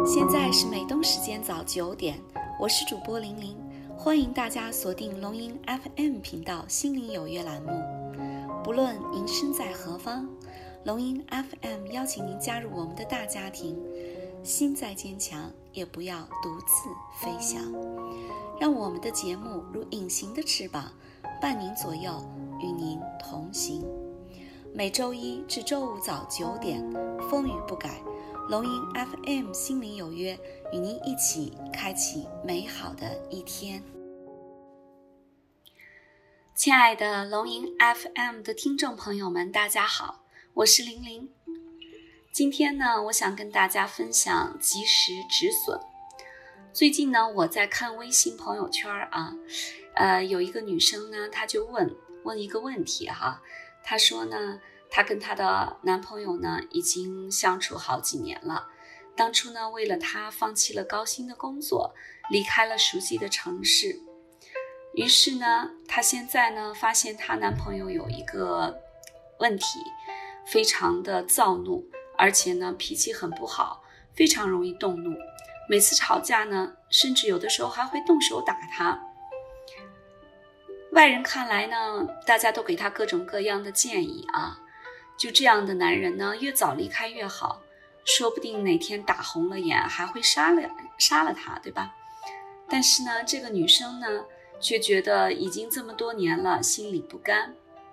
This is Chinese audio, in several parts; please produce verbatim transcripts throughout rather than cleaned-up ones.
现在是美东时间早九点，我是主播玲玲，欢迎大家锁定龙吟 F M 频道心灵有约栏目。不论您身在何方，龙吟 F M 邀请您加入我们的大家庭，心再坚强也不要独自飞翔，让我们的节目如隐形的翅膀，伴您左右，与您同行。每周一至周五早九点，风雨不改，龙吟 F M 心灵有约，与您一起开启美好的一天。亲爱的龙吟 F M 的听众朋友们，大家好，我是玲玲。今天呢，我想跟大家分享及时止损。最近呢，我在看微信朋友圈啊，呃，有一个女生呢，她就问问一个问题哈，她说呢，她跟她的男朋友呢已经相处好几年了，当初呢，为了她放弃了高薪的工作，离开了熟悉的城市。于是呢，她现在呢发现她男朋友有一个问题，非常的躁怒，而且呢脾气很不好，非常容易动怒，每次吵架呢，甚至有的时候还会动手打她。外人看来呢，大家都给他各种各样的建议啊，就这样的男人呢，越早离开越好，说不定哪天打红了眼还会杀了杀了他，对吧？但是呢，这个女生呢，却觉得已经这么多年了，心里不甘。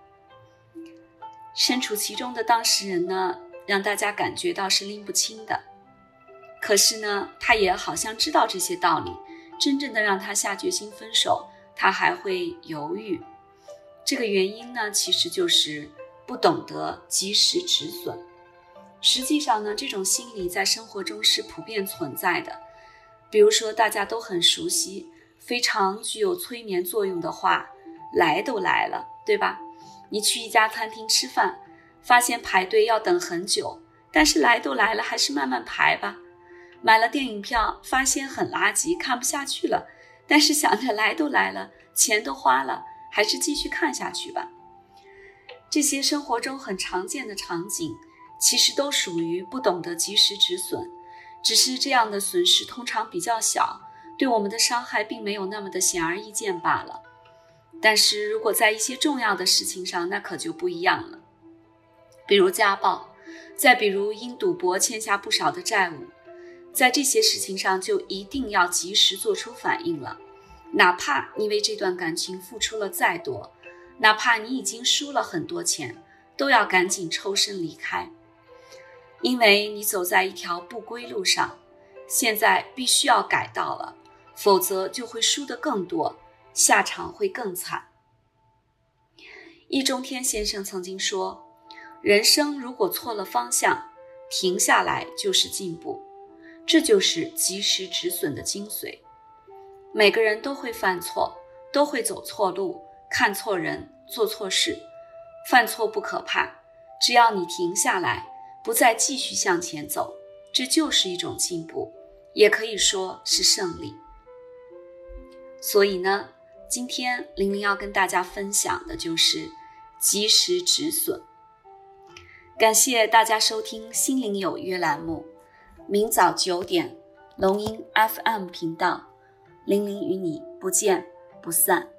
身处其中的当事人呢，让大家感觉到是拎不清的。可是呢，她也好像知道这些道理，真正的让她下决心分手，他还会犹豫。这个原因呢，其实就是不懂得及时止损。实际上呢，这种心理在生活中是普遍存在的。比如说大家都很熟悉，非常具有催眠作用的话，来都来了，对吧？你去一家餐厅吃饭，发现排队要等很久，但是来都来了，还是慢慢排吧。买了电影票，发现很垃圾，看不下去了，但是想着来都来了，钱都花了，还是继续看下去吧。这些生活中很常见的场景，其实都属于不懂得及时止损，只是这样的损失通常比较小，对我们的伤害并没有那么的显而易见罢了。但是如果在一些重要的事情上，那可就不一样了。比如家暴，再比如因赌博欠下不少的债务，在这些事情上就一定要及时做出反应了。哪怕你为这段感情付出了再多，哪怕你已经输了很多钱，都要赶紧抽身离开。因为你走在一条不归路上，现在必须要改道了，否则就会输得更多，下场会更惨。易中天先生曾经说，人生如果错了方向，停下来就是进步。这就是及时止损的精髓。每个人都会犯错，都会走错路，看错人，做错事。犯错不可怕，只要你停下来，不再继续向前走，这就是一种进步，也可以说是胜利。所以呢，今天玲玲要跟大家分享的就是及时止损。感谢大家收听心灵有约栏目，明早九点，龙吟 F M 频道，玲玲与你不见不散。